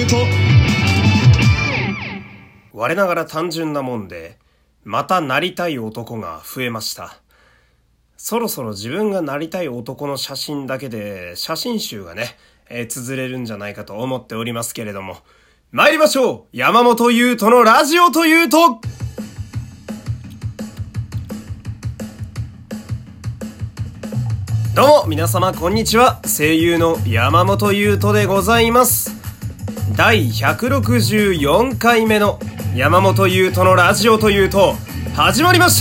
いうと。 我ながら単純なもんで、またなりたい男が増えました。そろそろ自分がなりたい男の写真だけで写真集がね、綴れるんじゃないかと思っておりますけれども、参りましょう。山本優斗のラジオというと。どうも皆様こんにちは。声優の山本優斗でございます。第164回目の山本優斗のラジオというと始まりました。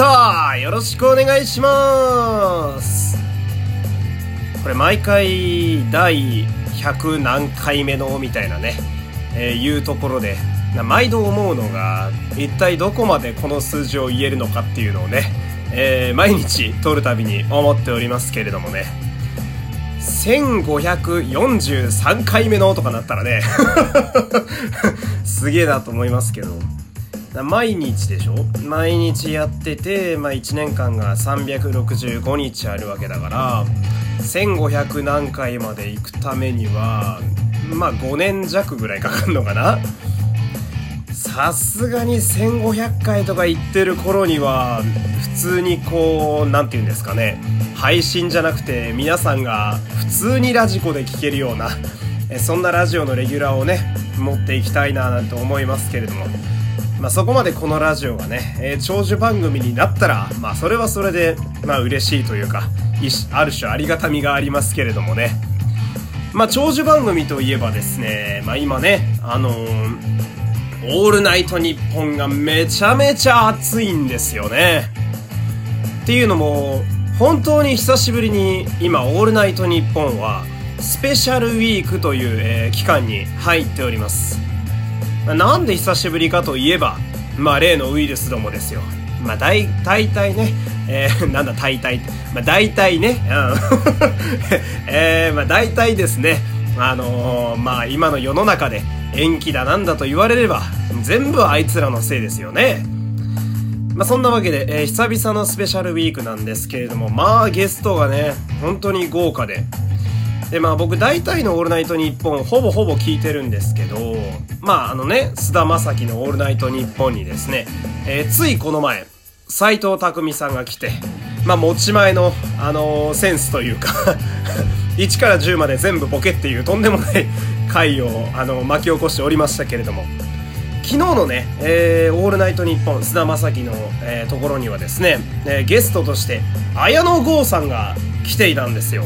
よろしくお願いします。これ毎回第100何回目のみたいなね、いうところで毎度思うのが、一体どこまでこの数字を言えるのかっていうのをね、毎日撮るたびに思っておりますけれどもね、1543回目のとかなったらねすげえなと思いますけど、毎日でしょ。毎日やってて、1年間が365日あるわけだから、1500何回まで行くためには5年弱ぐらいかかるのかな。さすがに1500回とか言ってる頃には普通になんて言うんですかね、配信じゃなくて皆さんが普通にラジコで聞けるような、そんなラジオのレギュラーをね持っていきたいななんて思いますけれども、そこまでこのラジオがね、長寿番組になったらそれはそれで嬉しいというか、ある種ありがたみがありますけれどもね。長寿番組といえばですね、今ねオールナイトニッポンがめちゃめちゃ熱いんですよね。っていうのも本当に久しぶりに今オールナイトニッポンはスペシャルウィークという、期間に入っております。なんで久しぶりかといえば、例のウイルスどもですよ。大体ね、なんだ大体大体ね、大体ですね、今の世の中で延期だなんだと言われれば全部あいつらのせいですよね。そんなわけで、久々のスペシャルウィークなんですけれども、ゲストがね本当に豪華で、僕大体のオールナイトニッポンほぼ聞いてるんですけど、菅田将暉のオールナイトニッポンにですね、ついこの前斎藤工さんが来て、持ち前のセンスというか1から10まで全部ボケっていうとんでもない回を巻き起こしておりましたけれども、昨日のね、オールナイトニッポン菅田将暉の、ところにはですね、ゲストとして綾野剛さんが来ていたんですよ。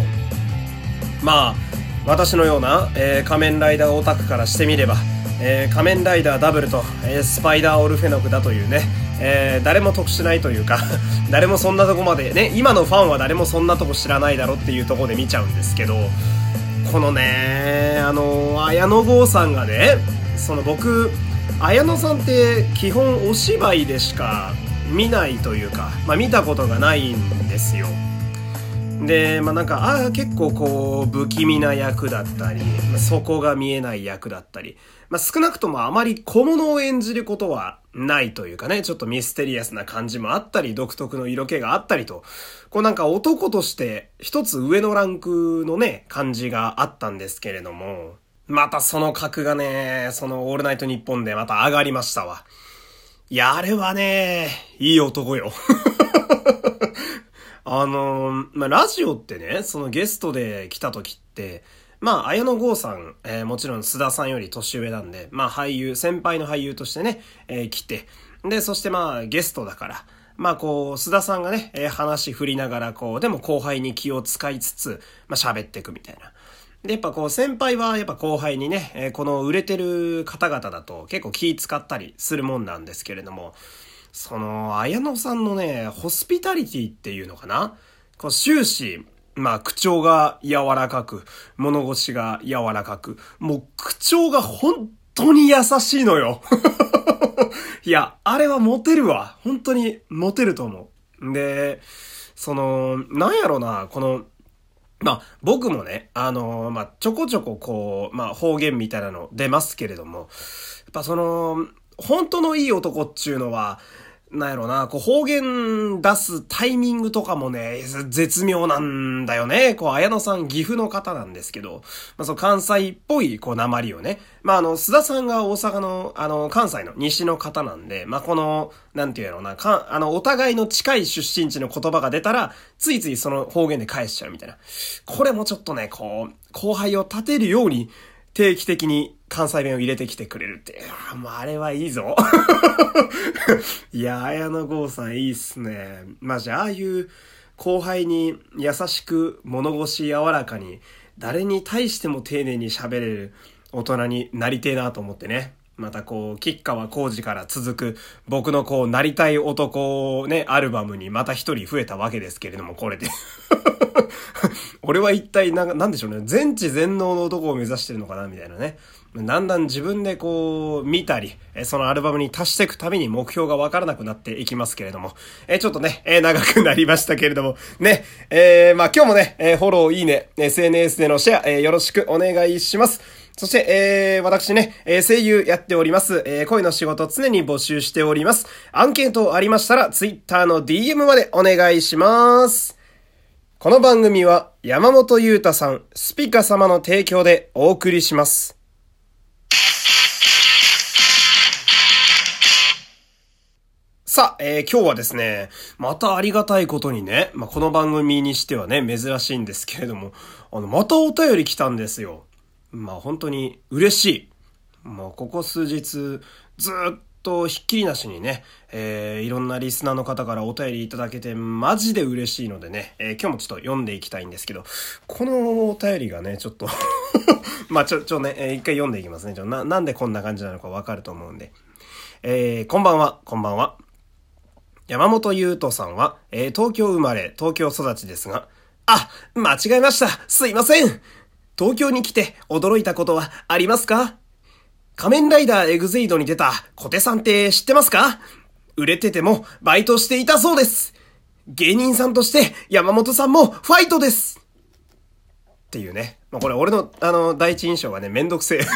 私のような、仮面ライダーオタクからしてみれば、仮面ライダーダブルと、スパイダーオルフェノクだというね、誰も得しないというか誰もそんなとこまでね、今のファンは誰もそんなとこ知らないだろっていうとこで見ちゃうんですけど、このね綾野剛さんがね、僕綾野さんって基本お芝居でしか見ないというか、見たことがないんですよ。で、結構不気味な役だったり、底が見えない役だったり、少なくともあまり小物を演じることはないというかね、ちょっとミステリアスな感じもあったり、独特の色気があったりと、男として一つ上のランクのね、感じがあったんですけれども、またその格がね、そのオールナイトニッポンでまた上がりましたわ。いや、あれはね、いい男よ。ラジオってね、そのゲストで来た時って、綾野剛さん、もちろん須田さんより年上なんで、先輩の俳優としてね、来て、で、そしてゲストだから、須田さんがね、話振りながらでも後輩に気を使いつつ、喋っていくみたいな。で、やっぱ先輩はやっぱ後輩にね、この売れてる方々だと結構気使ったりするもんなんですけれども、綾野さんのね、ホスピタリティっていうのかな？終始、口調が柔らかく、物腰が柔らかく、もう口調が本当に優しいのよ。いや、あれはモテるわ。本当にモテると思う。で、なんやろな、僕もね、ちょこちょこ方言みたいなの出ますけれども、やっぱ本当のいい男っちゅうのは、 なんやろな、方言出すタイミングとかもね、絶妙なんだよね。綾野さん、岐阜の方なんですけど、関西っぽい、訛りをね。須田さんが大阪の、関西の西の方なんで、なんていうのな、お互いの近い出身地の言葉が出たら、ついついその方言で返しちゃうみたいな。これもちょっとね、後輩を立てるように、定期的に関西弁を入れてきてくれるって。あれはいいぞ。いや、綾野剛さんいいっすね。じゃああいう後輩に優しく物腰柔らかに、誰に対しても丁寧に喋れる大人になりてえなと思ってね。また吉川晃司から続く僕のなりたい男ね、アルバムにまた一人増えたわけですけれども、これで。俺は一体なんでしょうね。全知全能の男を目指してるのかなみたいなね。だんだん自分で見たり、そのアルバムに達していくたびに目標がわからなくなっていきますけれども、ちょっとね、長くなりましたけれども、ね、今日もね、フォロー、いいね、SNS でのシェア、よろしくお願いします。そして、私ね、声優やっております。声の仕事常に募集しております。アンケートありましたら、Twitter の DM までお願いします。この番組は山本優太さん、スピカ様の提供でお送りします。さあ、今日はですね、またありがたいことにね、この番組にしてはね、珍しいんですけれども、またお便り来たんですよ。本当に嬉しい。ここ数日、ずっとひっきりなしにね、いろんなリスナーの方からお便りいただけてマジで嬉しいのでね、今日もちょっと読んでいきたいんですけど、このお便りがね、ちょっとね、一回読んでいきますね。なんでこんな感じなのかわかると思うんで。こんばんは。山本優斗さんは、東京生まれ、東京育ちですが、間違えました。すいません。東京に来て驚いたことはありますか？仮面ライダーエグゼイドに出た小手さんって知ってますか？売れててもバイトしていたそうです。芸人さんとして山本さんもファイトです。っていうね。これ俺の第一印象がね、めんどくせえ。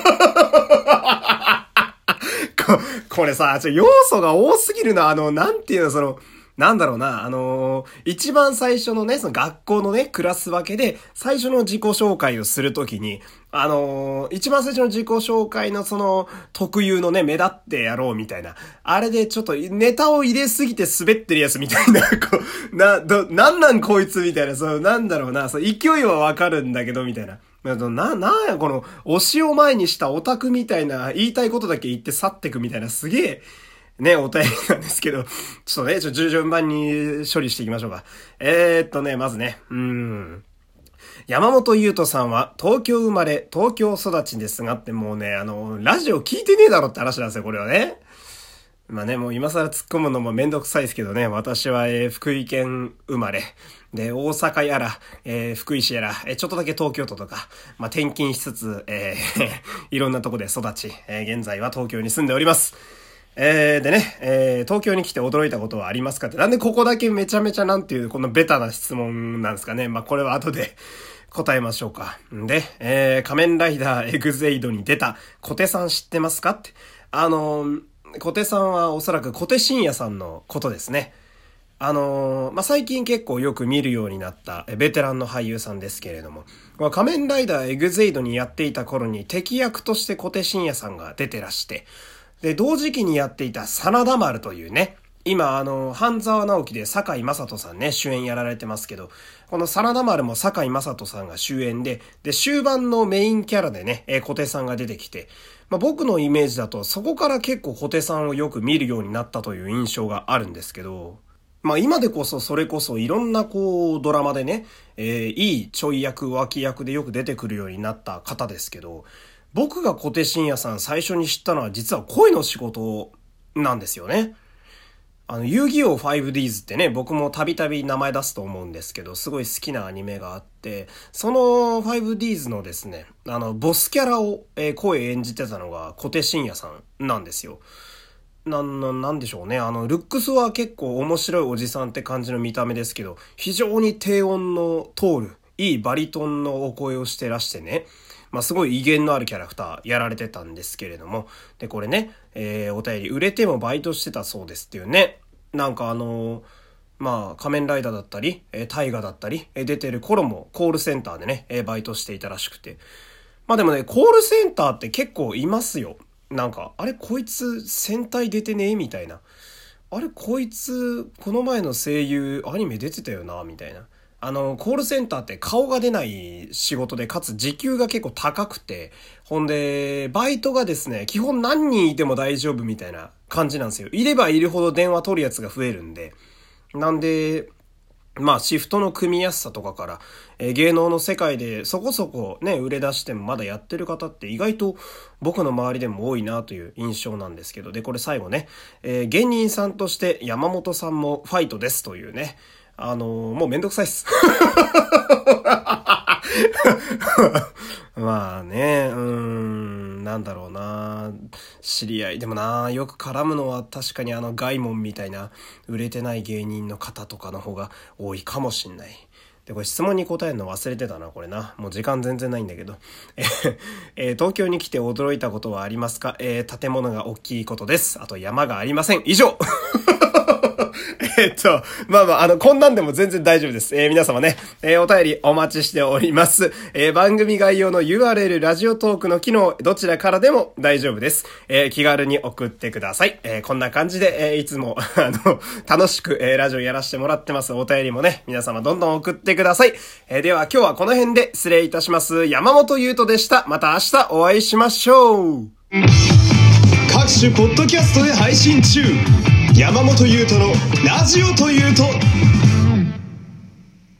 これさ、要素が多すぎるな。なんていうの、なんだろうな、一番最初のね、その学校のね、クラス分けで、最初の自己紹介をするときに、一番最初の自己紹介の特有のね、目立ってやろうみたいな。あれでちょっとネタを入れすぎて滑ってるやつみたいな、なんなんこいつみたいな、なんだろうな、勢いはわかるんだけど、みたいな。なんやこの、推しを前にしたオタクみたいな、言いたいことだけ言って去ってくみたいな、すげえ、ね、お便りなんですけど、ちょっとね、順番に処理していきましょうか。まずね、山本優斗さんは東京生まれ、東京育ちですがってもうね、ラジオ聞いてねえだろって話なんですよ、これはね。もう今更突っ込むのもめんどくさいですけどね、私は、福井県生まれ。で、大阪やら、福井市やら、ちょっとだけ東京都とか、転勤しつつ、いろんなとこで育ち、現在は東京に住んでおります。でね、東京に来て驚いたことはありますかって、なんでここだけめちゃめちゃなんていう、このベタな質問なんですかね。これは後で答えましょうか。で、仮面ライダーエグゼイドに出た小手さん知ってますかって。小手さんはおそらく小手伸也さんのことですね。最近結構よく見るようになったベテランの俳優さんですけれども、仮面ライダーエグゼイドにやっていた頃に敵役として小手伸也さんが出てらして、で、同時期にやっていた真田丸というね、今半沢直樹で堺雅人さんね、主演やられてますけど、この真田丸も堺雅人さんが主演で、終盤のメインキャラでね、小手さんが出てきて、僕のイメージだとそこから結構小手さんをよく見るようになったという印象があるんですけど、今でこそそれこそいろんなドラマでね、いいちょい役、脇役でよく出てくるようになった方ですけど、僕が小手伸也さん最初に知ったのは実は声の仕事なんですよね。遊戯王 5Ds ってね、僕もたびたび名前出すと思うんですけど、すごい好きなアニメがあって、その 5Ds のですね、ボスキャラを、声演じてたのが小手伸也さんなんですよ。なんでしょうね。ルックスは結構面白いおじさんって感じの見た目ですけど、非常に低音の通る、いいバリトンのお声をしてらしてね、すごい威厳のあるキャラクターやられてたんですけれども、で、これね、 お便り、売れてもバイトしてたそうですっていうね。なんか仮面ライダーだったり、大河だったり、出てる頃もコールセンターでね、バイトしていたらしくて。でもね、コールセンターって結構いますよ。なんか、あれこいつ戦隊出てねみたいな。あれこいつ、この前の声優アニメ出てたよなみたいな。コールセンターって顔が出ない仕事で、かつ時給が結構高くて、ほんで、バイトがですね、基本何人いても大丈夫みたいな感じなんですよ。いればいるほど電話取るやつが増えるんで。なんで、シフトの組みやすさとかから、芸能の世界でそこそこね、売れ出してもまだやってる方って意外と僕の周りでも多いなという印象なんですけど、で、これ最後ね、芸人さんとして山本さんもファイトですというね、もうめんどくさいっす。なんだろうな、知り合いでもな、よく絡むのは確かにガイモンみたいな売れてない芸人の方とかの方が多いかもしんない。で、これ質問に答えるの忘れてたな、これな。もう時間全然ないんだけど。東京に来て驚いたことはありますか？建物が大きいことです。あと山がありません。以上こんなんでも全然大丈夫です。皆様ね、お便りお待ちしております。番組概要の URL、ラジオトークの機能、どちらからでも大丈夫です。気軽に送ってください。こんな感じで、いつも、楽しく、ラジオやらせてもらってます。お便りもね、皆様どんどん送ってください。では今日はこの辺で失礼いたします。山本優斗でした。また明日お会いしましょう。 各種ポッドキャストで配信中。山本優斗のラジオというと